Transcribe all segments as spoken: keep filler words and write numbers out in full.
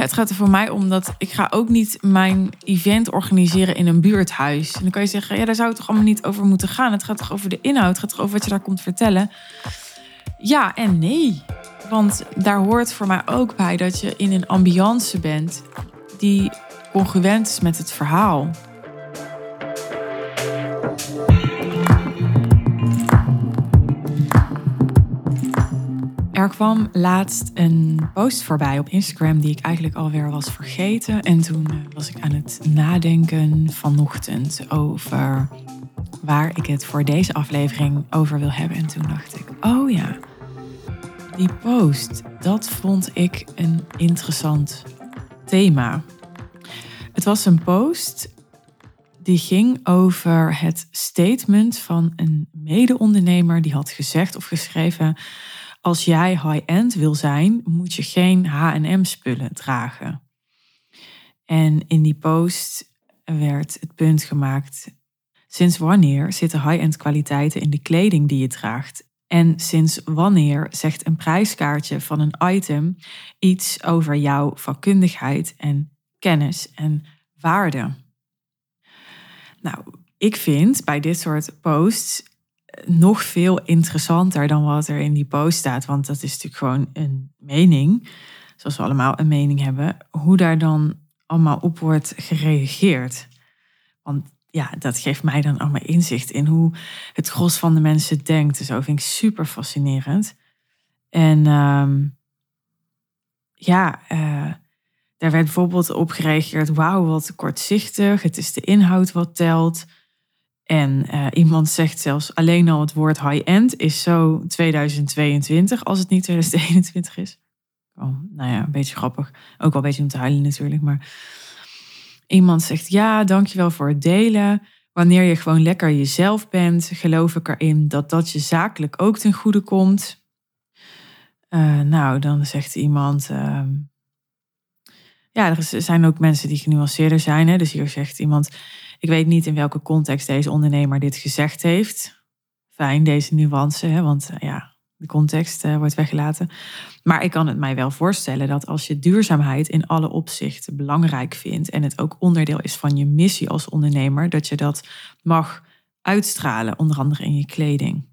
Het gaat er voor mij om dat ik ga ook niet mijn event organiseren in een buurthuis. En dan kan je zeggen, ja, daar zou het toch allemaal niet over moeten gaan. Het gaat toch over de inhoud, het gaat toch over wat je daar komt vertellen. Ja en nee. Want daar hoort voor mij ook bij dat je in een ambiance bent die congruent is met het verhaal. Er kwam laatst een post voorbij op Instagram die ik eigenlijk alweer was vergeten. En toen was ik aan het nadenken vanochtend over waar ik het voor deze aflevering over wil hebben. En toen dacht ik, oh ja, die post, dat vond ik een interessant thema. Het was een post die ging over het statement van een mede-ondernemer die had gezegd of geschreven: als jij high-end wil zijn, moet je geen H en M-spullen dragen. En in die post werd het punt gemaakt: sinds wanneer zitten high-end kwaliteiten in de kleding die je draagt? En sinds wanneer zegt een prijskaartje van een item iets over jouw vakkundigheid en kennis en waarde? Nou, ik vind bij dit soort posts nog veel interessanter dan wat er in die post staat. Want dat is natuurlijk gewoon een mening, zoals we allemaal een mening hebben, hoe daar dan allemaal op wordt gereageerd. Want ja, dat geeft mij dan allemaal inzicht in hoe het gros van de mensen denkt. Dus dat vind ik super fascinerend. En um, ja, uh, daar werd bijvoorbeeld op gereageerd: wauw, wat kortzichtig, het is de inhoud wat telt. En uh, iemand zegt zelfs alleen al het woord high-end is zo tweeduizend tweeëntwintig, als het niet tweeduizend eenentwintig is. Oh, nou ja, een beetje grappig. Ook wel een beetje om te huilen natuurlijk. Maar iemand zegt: ja, dankjewel voor het delen. Wanneer je gewoon lekker jezelf bent, geloof ik erin dat dat je zakelijk ook ten goede komt. Uh, nou, dan zegt iemand: Uh, ja, er zijn ook mensen die genuanceerder zijn. Hè? Dus hier zegt iemand: ik weet niet in welke context deze ondernemer dit gezegd heeft. Fijn, deze nuance, hè? Want uh, ja, de context uh, wordt weggelaten. Maar ik kan het mij wel voorstellen dat als je duurzaamheid in alle opzichten belangrijk vindt en het ook onderdeel is van je missie als ondernemer, dat je dat mag uitstralen, onder andere in je kleding.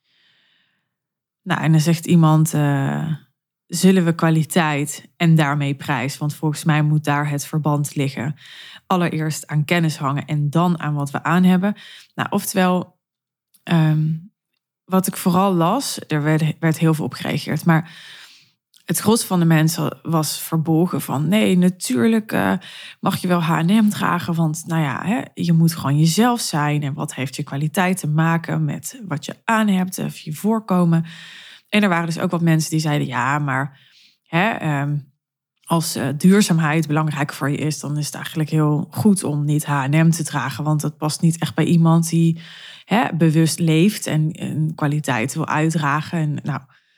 Nou, en dan zegt iemand: Uh, zullen we kwaliteit en daarmee prijs? Want volgens mij moet daar het verband liggen. Allereerst aan kennis hangen en dan aan wat we aan hebben. Nou, oftewel, um, wat ik vooral las, er werd, werd heel veel op gereageerd. Maar het gros van de mensen was verbolgen van: nee, natuurlijk uh, mag je wel H en M dragen. Want nou ja, hè, je moet gewoon jezelf zijn. En wat heeft je kwaliteit te maken met wat je aan hebt of je voorkomen? En er waren dus ook wat mensen die zeiden: ja, maar hè, um, als uh, duurzaamheid belangrijk voor je is, dan is het eigenlijk heel goed om niet H en M te dragen. Want dat past niet echt bij iemand die hè, bewust leeft en een kwaliteit wil uitdragen. En, nou,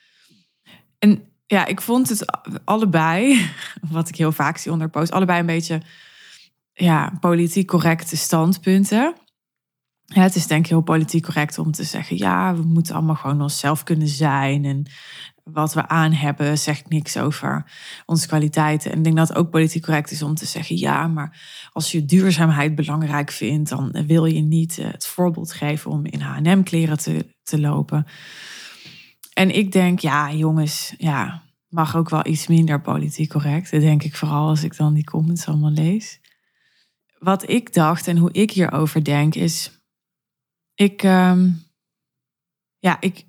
en ja, ik vond het allebei, wat ik heel vaak zie onder posts, allebei een beetje ja, politiek correcte standpunten. Ja, het is denk ik heel politiek correct om te zeggen: ja, we moeten allemaal gewoon onszelf kunnen zijn. En wat we aan hebben zegt niks over onze kwaliteiten. En ik denk dat het ook politiek correct is om te zeggen: ja, maar als je duurzaamheid belangrijk vindt, dan wil je niet het voorbeeld geven om in H en M kleren te, te lopen. En ik denk, ja, jongens, ja, mag ook wel iets minder politiek correct. Dat denk ik vooral als ik dan die comments allemaal lees. Wat ik dacht en hoe ik hierover denk is: Ik, um, ja, ik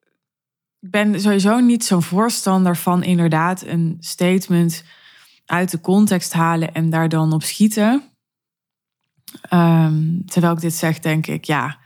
ben sowieso niet zo'n voorstander van inderdaad een statement uit de context halen en daar dan op schieten. Um, terwijl ik dit zeg, denk ik, ja,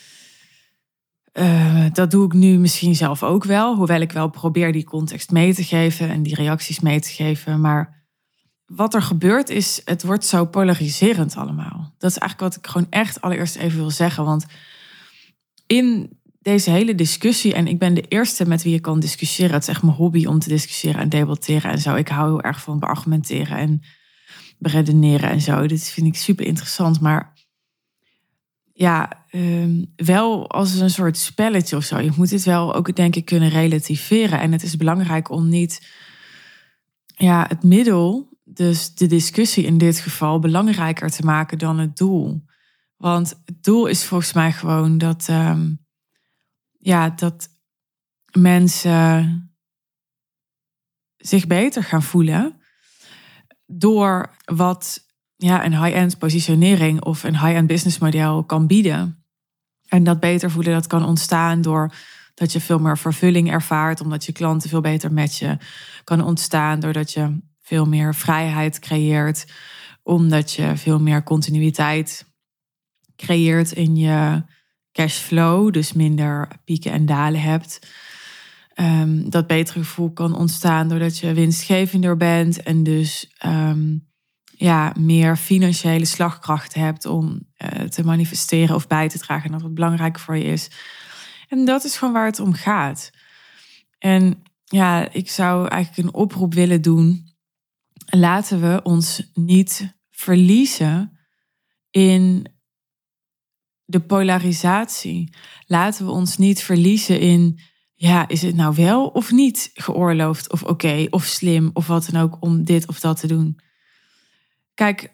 uh, dat doe ik nu misschien zelf ook wel. Hoewel ik wel probeer die context mee te geven en die reacties mee te geven. Maar wat er gebeurt is, het wordt zo polariserend allemaal. Dat is eigenlijk wat ik gewoon echt allereerst even wil zeggen. Want in deze hele discussie, en ik ben de eerste met wie je kan discussiëren. Het is echt mijn hobby om te discussiëren en debatteren en zo. Ik hou heel erg van beargumenteren en beredeneren en zo. Dit vind ik super interessant. Maar ja, um, wel als een soort spelletje of zo. Je moet dit wel ook, denk ik, kunnen relativeren. En het is belangrijk om niet ja, het middel dus de discussie in dit geval belangrijker te maken dan het doel. Want het doel is volgens mij gewoon dat, um, ja, dat mensen zich beter gaan voelen door wat ja, een high-end positionering of een high-end businessmodel kan bieden. En dat beter voelen, dat kan ontstaan door dat je veel meer vervulling ervaart, omdat je klanten veel beter matchen. Kan ontstaan doordat je veel meer vrijheid creëert, omdat je veel meer continuïteit creëert in je cashflow, dus minder pieken en dalen hebt. Um, dat betere gevoel kan ontstaan doordat je winstgevender bent en dus um, ja, meer financiële slagkracht hebt om uh, te manifesteren of bij te dragen, en dat wat belangrijk voor je is. En dat is gewoon waar het om gaat. En ja, ik zou eigenlijk een oproep willen doen. Laten we ons niet verliezen in de polarisatie. Laten we ons niet verliezen in, ja, is het nou wel of niet geoorloofd of oké okay, of slim of wat dan ook om dit of dat te doen. Kijk,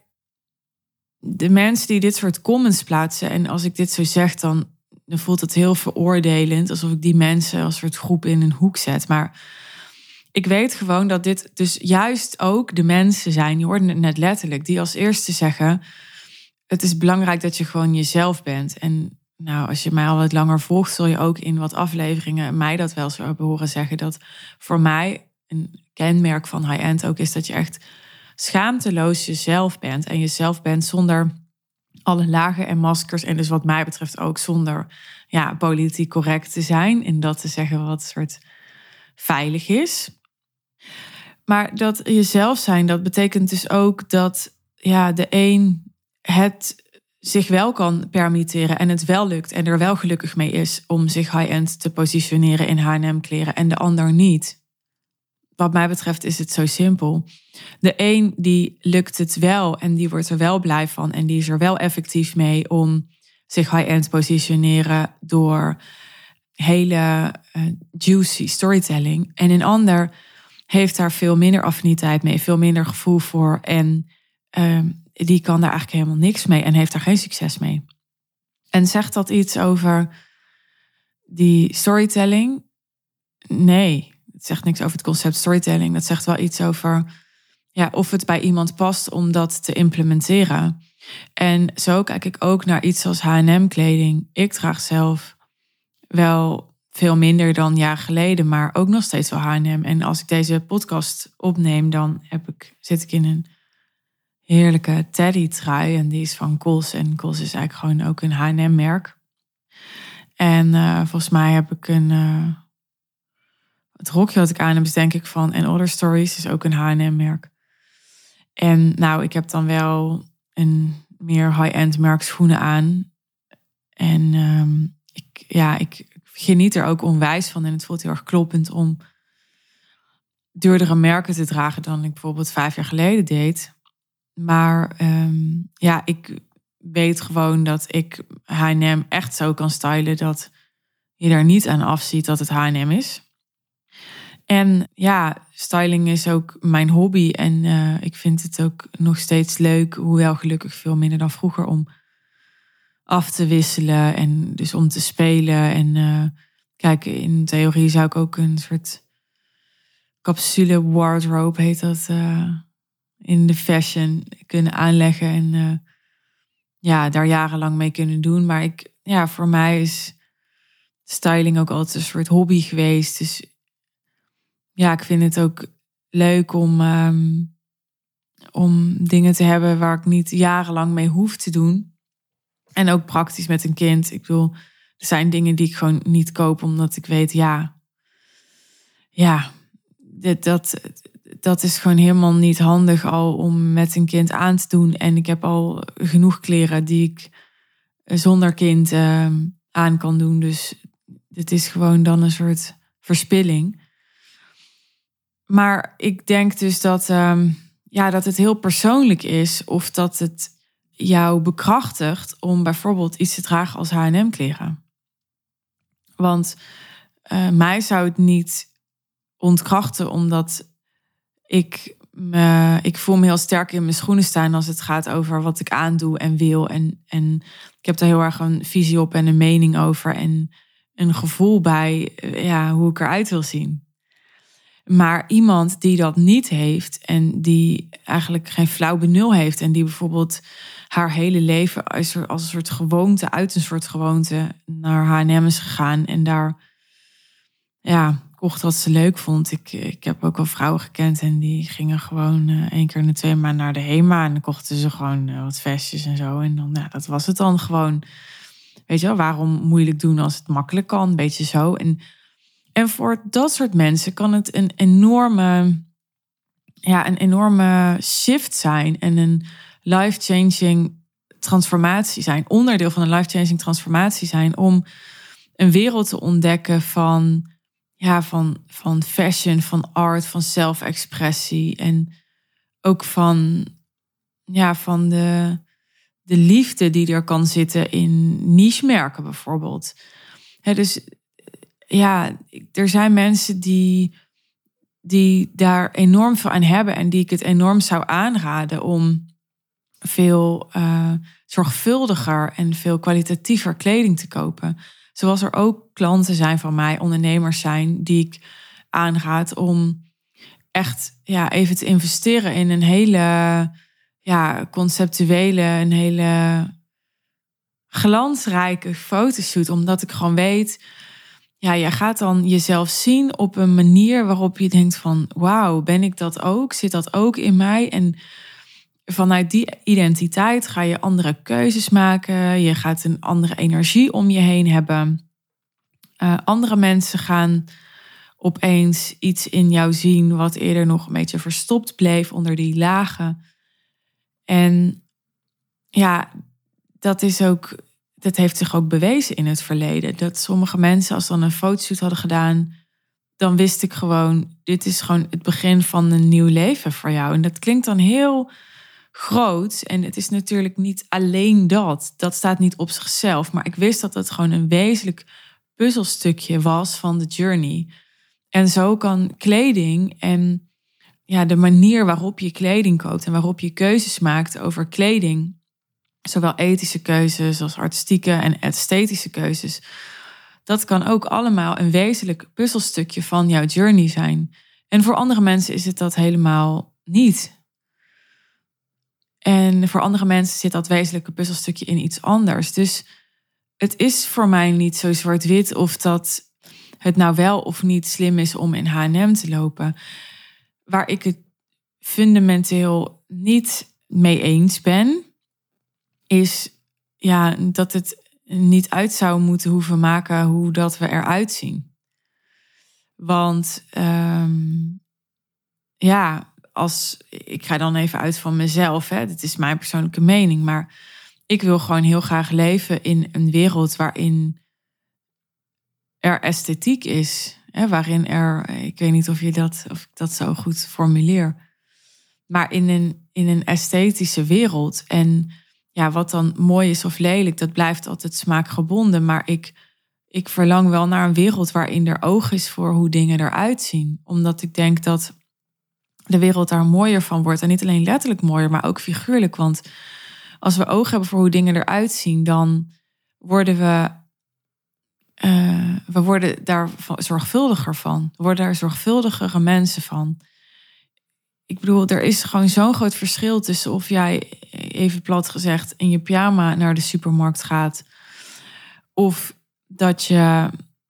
de mensen die dit soort comments plaatsen, en als ik dit zo zeg, dan, dan voelt het heel veroordelend, alsof ik die mensen als soort groep in een hoek zet. Maar ik weet gewoon dat dit dus juist ook de mensen zijn, je hoorde het net letterlijk, die als eerste zeggen, het is belangrijk dat je gewoon jezelf bent. En nou, als je mij al wat langer volgt, zul je ook in wat afleveringen mij dat wel zo hebben horen zeggen, dat voor mij een kenmerk van high-end ook is dat je echt schaamteloos jezelf bent. En jezelf bent zonder alle lagen en maskers. En dus wat mij betreft ook zonder ja, politiek correct te zijn. En dat te zeggen wat soort veilig is. Maar dat jezelf zijn, dat betekent dus ook dat ja, de een het zich wel kan permitteren en het wel lukt en er wel gelukkig mee is om zich high-end te positioneren in H en M kleren en de ander niet. Wat mij betreft is het zo simpel. De een die lukt het wel en die wordt er wel blij van en die is er wel effectief mee om zich high-end te positioneren door hele uh, juicy storytelling. En een ander heeft daar veel minder affiniteit mee, veel minder gevoel voor en uh, die kan daar eigenlijk helemaal niks mee en heeft daar geen succes mee. En zegt dat iets over die storytelling? Nee. Het zegt niks over het concept storytelling. Dat zegt wel iets over ja, of het bij iemand past om dat te implementeren. En zo kijk ik ook naar iets als H en M kleding. Ik draag zelf wel veel minder dan jaren geleden, maar ook nog steeds wel H en M. En als ik deze podcast opneem, dan heb ik, zit ik in een heerlijke Teddy trui. En die is van Kohl's. En Kohl's is eigenlijk gewoon ook een H en M merk. En uh, volgens mij heb ik een... Uh, Het rokje wat ik aan heb is denk ik van And Other Stories, is ook een H en M merk. En nou, ik heb dan wel een meer high-end merk schoenen aan. En um, ik, ja, ik geniet er ook onwijs van. En het voelt heel erg kloppend om duurdere merken te dragen dan ik bijvoorbeeld vijf jaar geleden deed. Maar um, ja, ik weet gewoon dat ik H en M echt zo kan stylen dat je daar niet aan afziet dat het H en M is. En ja, styling is ook mijn hobby. En uh, ik vind het ook nog steeds leuk, hoewel gelukkig veel minder dan vroeger, om af te wisselen en dus om te spelen. En uh, kijk, in theorie zou ik ook een soort capsule wardrobe, heet dat, uh, in de fashion kunnen aanleggen. En uh, ja, daar jarenlang mee kunnen doen. Maar ik, ja, voor mij is styling ook altijd een soort hobby geweest. Dus ja, ik vind het ook leuk om, um, om dingen te hebben waar ik niet jarenlang mee hoef te doen. En ook praktisch met een kind. Ik bedoel, er zijn dingen die ik gewoon niet koop omdat ik weet, ja, ja, dit, dat, dat is gewoon helemaal niet handig al om met een kind aan te doen. En ik heb al genoeg kleren die ik zonder kind uh, aan kan doen. Dus dit is gewoon dan een soort verspilling. Maar ik denk dus dat, um, ja, dat het heel persoonlijk is of dat het jou bekrachtigt om bijvoorbeeld iets te dragen als H en M kleren. Want uh, mij zou het niet ontkrachten omdat ik me, ik voel me heel sterk in mijn schoenen staan als het gaat over wat ik aandoe en wil. En, en ik heb daar heel erg een visie op en een mening over. En een gevoel bij ja, hoe ik eruit wil zien. Maar iemand die dat niet heeft en die eigenlijk geen flauw benul heeft. En die bijvoorbeeld haar hele leven als een soort gewoonte, uit een soort gewoonte naar H en M is gegaan. En daar ja, kocht wat ze leuk vond. Ik, ik heb ook wel vrouwen gekend en die gingen gewoon uh, één keer in de twee maanden naar de HEMA. En dan kochten ze gewoon uh, wat vestjes en zo. En dan, nou, dat was het dan gewoon. Weet je wel, waarom moeilijk doen als het makkelijk kan? Een beetje zo. En, en voor dat soort mensen kan het een enorme, ja, een enorme shift zijn. En een life-changing transformatie zijn. Onderdeel van een life-changing transformatie zijn. Om een wereld te ontdekken van... Ja, van, van fashion, van art, van zelfexpressie. En ook van, ja, van de, de liefde die er kan zitten in niche-merken bijvoorbeeld. He, dus ja, er zijn mensen die, die daar enorm veel aan hebben. En die ik het enorm zou aanraden om veel uh, zorgvuldiger en veel kwalitatiever kleding te kopen. Zoals er ook klanten zijn van mij, ondernemers zijn, die ik aanraad om echt ja, even te investeren in een hele ja, conceptuele, een hele glansrijke fotoshoot. Omdat ik gewoon weet, ja, je gaat dan jezelf zien op een manier waarop je denkt van, wauw, ben ik dat ook? Zit dat ook in mij? En vanuit die identiteit ga je andere keuzes maken. Je gaat een andere energie om je heen hebben. Uh, andere mensen gaan opeens iets in jou zien wat eerder nog een beetje verstopt bleef onder die lagen. En ja, dat is ook, dat heeft zich ook bewezen in het verleden. Dat sommige mensen, als ze dan een fotoshoot hadden gedaan, dan wist ik gewoon, dit is gewoon het begin van een nieuw leven voor jou. En dat klinkt dan heel groot. En het is natuurlijk niet alleen dat. Dat staat niet op zichzelf. Maar ik wist dat het gewoon een wezenlijk puzzelstukje was van de journey. En zo kan kleding en ja, de manier waarop je kleding koopt en waarop je keuzes maakt over kleding, zowel ethische keuzes als artistieke en esthetische keuzes, dat kan ook allemaal een wezenlijk puzzelstukje van jouw journey zijn. En voor andere mensen is het dat helemaal niet. En voor andere mensen zit dat wezenlijke puzzelstukje in iets anders. Dus het is voor mij niet zo zwart-wit of dat het nou wel of niet slim is om in H en M te lopen. Waar ik het fundamenteel niet mee eens ben, is ja, dat het niet uit zou moeten hoeven maken hoe dat we eruit zien. Want um, ja, als ik ga dan even uit van mezelf, hè, dit is mijn persoonlijke mening, maar ik wil gewoon heel graag leven in een wereld waarin er esthetiek is, hè, waarin er, ik weet niet of je dat, of ik dat zo goed formuleer, maar in een in een esthetische wereld. En ja, wat dan mooi is of lelijk, dat blijft altijd smaakgebonden. Maar ik, ik verlang wel naar een wereld waarin er oog is voor hoe dingen eruit zien. Omdat ik denk dat de wereld daar mooier van wordt. En niet alleen letterlijk mooier, maar ook figuurlijk. Want als we oog hebben voor hoe dingen eruit zien, dan worden we, uh, we worden daar zorgvuldiger van. We worden daar zorgvuldigere mensen van. Ik bedoel, er is gewoon zo'n groot verschil tussen of jij, even plat gezegd, in je pyjama naar de supermarkt gaat, of dat je,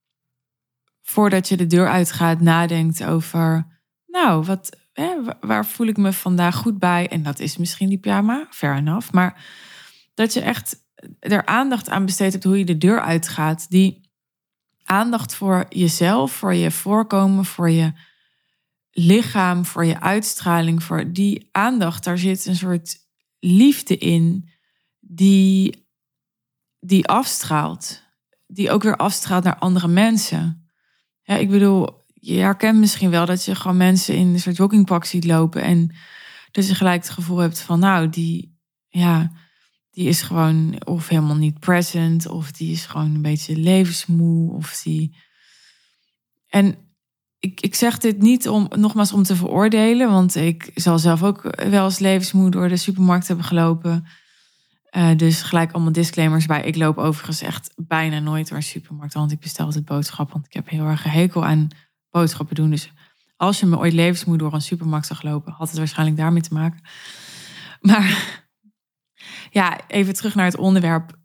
voordat je de deur uitgaat, nadenkt over, nou, wat, hè, waar voel ik me vandaag goed bij? En dat is misschien die pyjama, fair enough. Maar dat je echt er aandacht aan besteedt hebt hoe je de deur uitgaat. Die aandacht voor jezelf, voor je voorkomen, voor je lichaam, voor je uitstraling, voor die aandacht, daar zit een soort liefde in die, die afstraalt. Die ook weer afstraalt naar andere mensen. Ja, ik bedoel, je herkent misschien wel dat je gewoon mensen in een soort joggingpak ziet lopen en dat je gelijk het gevoel hebt van, nou, die, ja, die is gewoon of helemaal niet present, of die is gewoon een beetje levensmoe, of die. En ik, ik zeg dit niet om nogmaals om te veroordelen, want ik zal zelf ook wel eens levensmoe door de supermarkt hebben gelopen. Uh, dus gelijk allemaal disclaimers bij. Ik loop overigens echt bijna nooit door een supermarkt, want ik bestel altijd boodschappen, want ik heb heel erg een hekel aan boodschappen doen. Dus als je me ooit levensmoe door een supermarkt zag lopen, had het waarschijnlijk daarmee te maken. Maar ja, even terug naar het onderwerp.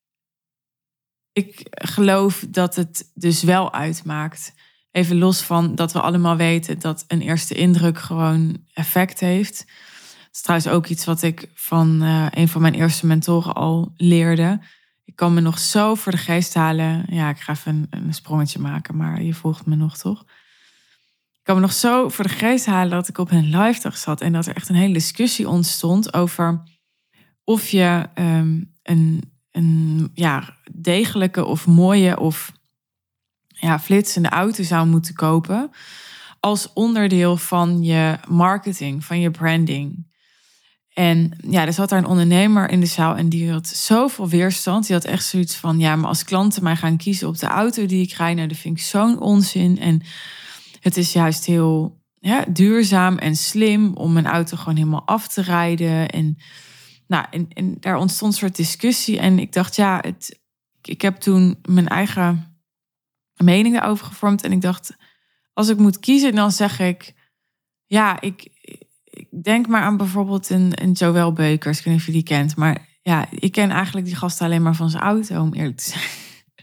Ik geloof dat het dus wel uitmaakt. Even los van dat we allemaal weten dat een eerste indruk gewoon effect heeft. Dat is trouwens ook iets wat ik van uh, een van mijn eerste mentoren al leerde. Ik kan me nog zo voor de geest halen. Ja, ik ga even een, een sprongetje maken, maar je volgt me nog, toch? Ik kan me nog zo voor de geest halen dat ik op een live dag zat en dat er echt een hele discussie ontstond over of je um, een, een ja, degelijke of mooie of ja, flitsende auto zou moeten kopen als onderdeel van je marketing, van je branding. En ja, er zat daar een ondernemer in de zaal en die had zoveel weerstand. Die had echt zoiets van, ja, maar als klanten mij gaan kiezen op de auto die ik rijd, nou, dat vind ik zo'n onzin. En het is juist heel ja, duurzaam en slim om een auto gewoon helemaal af te rijden. En, nou, en, en daar ontstond een soort discussie. En ik dacht, ja, het, ik heb toen mijn eigen mening daarover gevormd. En ik dacht, als ik moet kiezen, dan zeg ik, ja, ik, ik denk maar aan bijvoorbeeld een, een Joël Beukers. Ik weet niet of je die kent. Maar ja, ik ken eigenlijk die gast alleen maar van zijn auto, om eerlijk te zijn.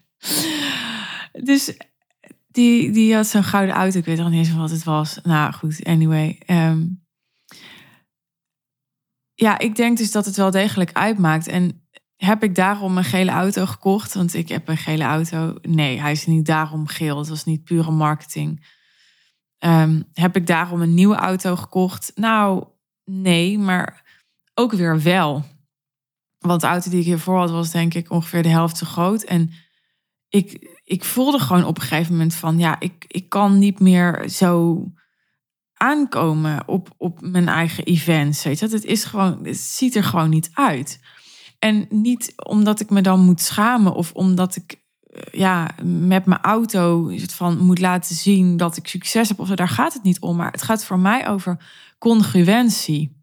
Dus die, die had zo'n gouden auto. Ik weet nog niet eens wat het was. Nou goed, anyway. Um, ja, ik denk dus dat het wel degelijk uitmaakt. En heb ik daarom een gele auto gekocht? Want ik heb een gele auto. Nee, hij is niet daarom geel. Het was niet pure marketing. Um, heb ik daarom een nieuwe auto gekocht? Nou, nee, maar ook weer wel. Want de auto die ik hiervoor had was denk ik ongeveer de helft zo groot. En ik, ik voelde gewoon op een gegeven moment van, ja, ik, ik kan niet meer zo aankomen op, op mijn eigen events. Weet je? Het is gewoon, het ziet er gewoon niet uit. En niet omdat ik me dan moet schamen of omdat ik ja, met mijn auto het van moet laten zien dat ik succes heb of zo. Daar gaat het niet om. Maar het gaat voor mij over congruentie.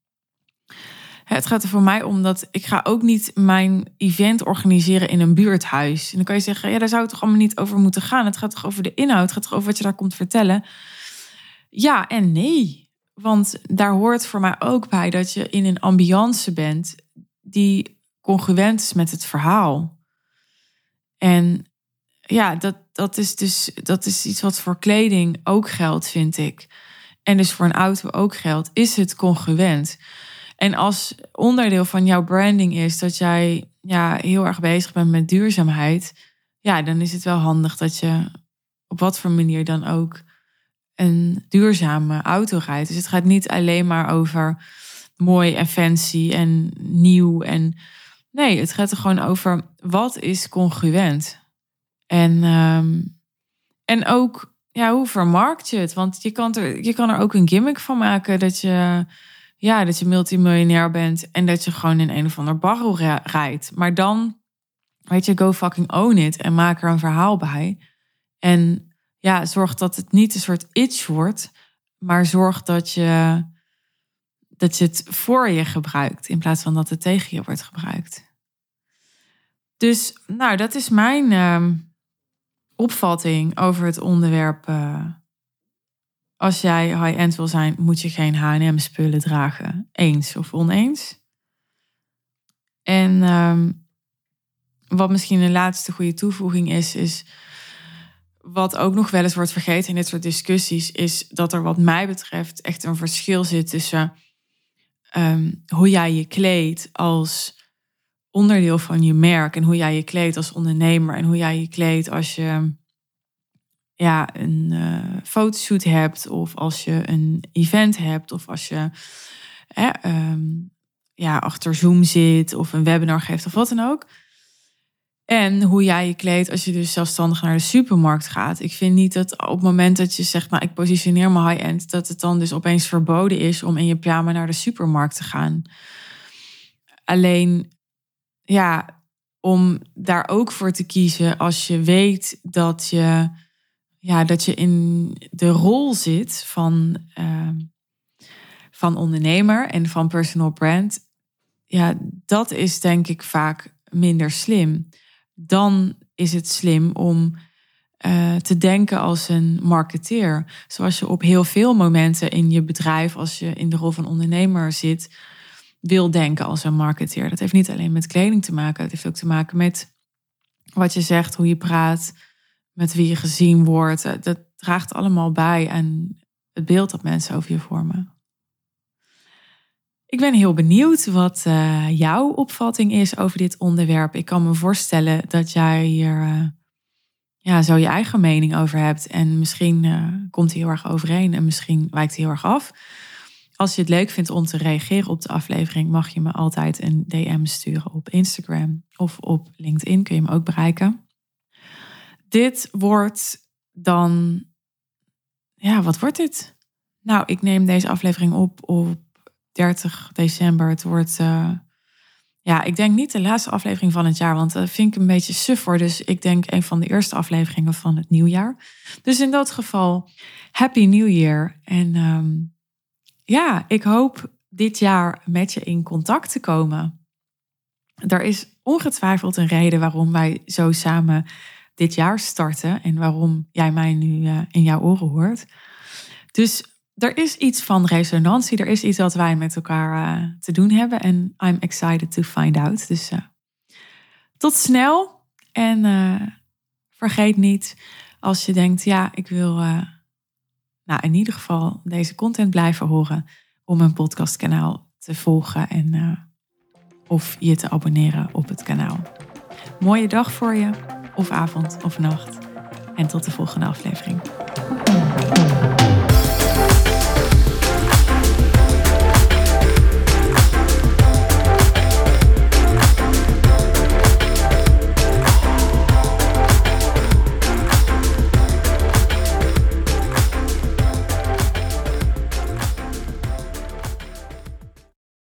Het gaat er voor mij om dat ik ga ook niet mijn event organiseren in een buurthuis. En dan kan je zeggen, ja, daar zou het toch allemaal niet over moeten gaan. Het gaat toch over de inhoud. Het gaat toch over wat je daar komt vertellen. Ja en nee. Want daar hoort voor mij ook bij dat je in een ambiance bent die congruent is met het verhaal. En ja, dat, dat is dus dat is iets wat voor kleding ook geldt, vind ik. En dus voor een auto ook geldt. Is het congruent? En als onderdeel van jouw branding is dat jij ja, heel erg bezig bent met duurzaamheid, ja, dan is het wel handig dat je op wat voor manier dan ook een duurzame auto rijdt. Dus het gaat niet alleen maar over mooi en fancy en nieuw. En nee, het gaat er gewoon over wat is congruent. En, um, en ook, ja, hoe vermarkt je het? Want je kan, er, je kan er ook een gimmick van maken dat je, ja, dat je multimiljonair bent en dat je gewoon in een of ander barrel rijdt. Maar dan, weet je, go fucking own it en maak er een verhaal bij. En ja, zorg dat het niet een soort itch wordt, maar zorg dat je, dat je het voor je gebruikt in plaats van dat het tegen je wordt gebruikt. Dus, nou, dat is mijn uh, opvatting over het onderwerp. Uh, als jij high-end wil zijn, moet je geen H en M-spullen dragen. Eens of oneens. En um, wat misschien een laatste goede toevoeging is, is wat ook nog wel eens wordt vergeten in dit soort discussies, is dat er wat mij betreft echt een verschil zit tussen um, hoe jij je kleedt als onderdeel van je merk en hoe jij je kleedt als ondernemer en hoe jij je kleedt als je ja, een uh, fotoshoot hebt of als je een event hebt of als je eh, um, ja, achter Zoom zit of een webinar geeft of wat dan ook. En hoe jij je kleedt als je dus zelfstandig naar de supermarkt gaat. Ik vind niet dat op het moment dat je zegt, nou, ik positioneer me high-end, dat het dan dus opeens verboden is om in je pyjama naar de supermarkt te gaan. Alleen, ja, om daar ook voor te kiezen als je weet dat je ja, dat je in de rol zit van, uh, van ondernemer en van personal brand. Ja, dat is denk ik vaak minder slim. Dan is het slim om uh, te denken als een marketeer. Zoals je op heel veel momenten in je bedrijf, als je in de rol van ondernemer zit, wil denken als een marketeer. Dat heeft niet alleen met kleding te maken. Het heeft ook te maken met wat je zegt, hoe je praat, met wie je gezien wordt. Dat draagt allemaal bij aan het beeld dat mensen over je vormen. Ik ben heel benieuwd wat uh, jouw opvatting is over dit onderwerp. Ik kan me voorstellen dat jij hier uh, ja, zo je eigen mening over hebt. En misschien uh, komt hij heel erg overeen en misschien wijkt hij heel erg af. Als je het leuk vindt om te reageren op de aflevering, mag je me altijd een D M sturen op Instagram of op LinkedIn. Kun je me ook bereiken. Dit wordt dan... Ja, wat wordt dit? Nou, ik neem deze aflevering op op dertig december. Het wordt... Uh, ja, ik denk niet de laatste aflevering van het jaar, want dat vind ik een beetje suf voor. Dus ik denk een van de eerste afleveringen van het nieuwjaar. Dus in dat geval, Happy New Year. En um, ja, ik hoop dit jaar met je in contact te komen. Er is ongetwijfeld een reden waarom wij zo samen dit jaar starten en waarom jij mij nu uh, in jouw oren hoort. Dus er is iets van resonantie, er is iets wat wij met elkaar uh, te doen hebben en I'm excited to find out. Dus uh, tot snel en uh, vergeet niet als je denkt, ja, ik wil uh, nou, in ieder geval deze content blijven horen, om mijn podcastkanaal te volgen en uh, of je te abonneren op het kanaal. Mooie dag voor je, of avond of nacht. En tot de volgende aflevering.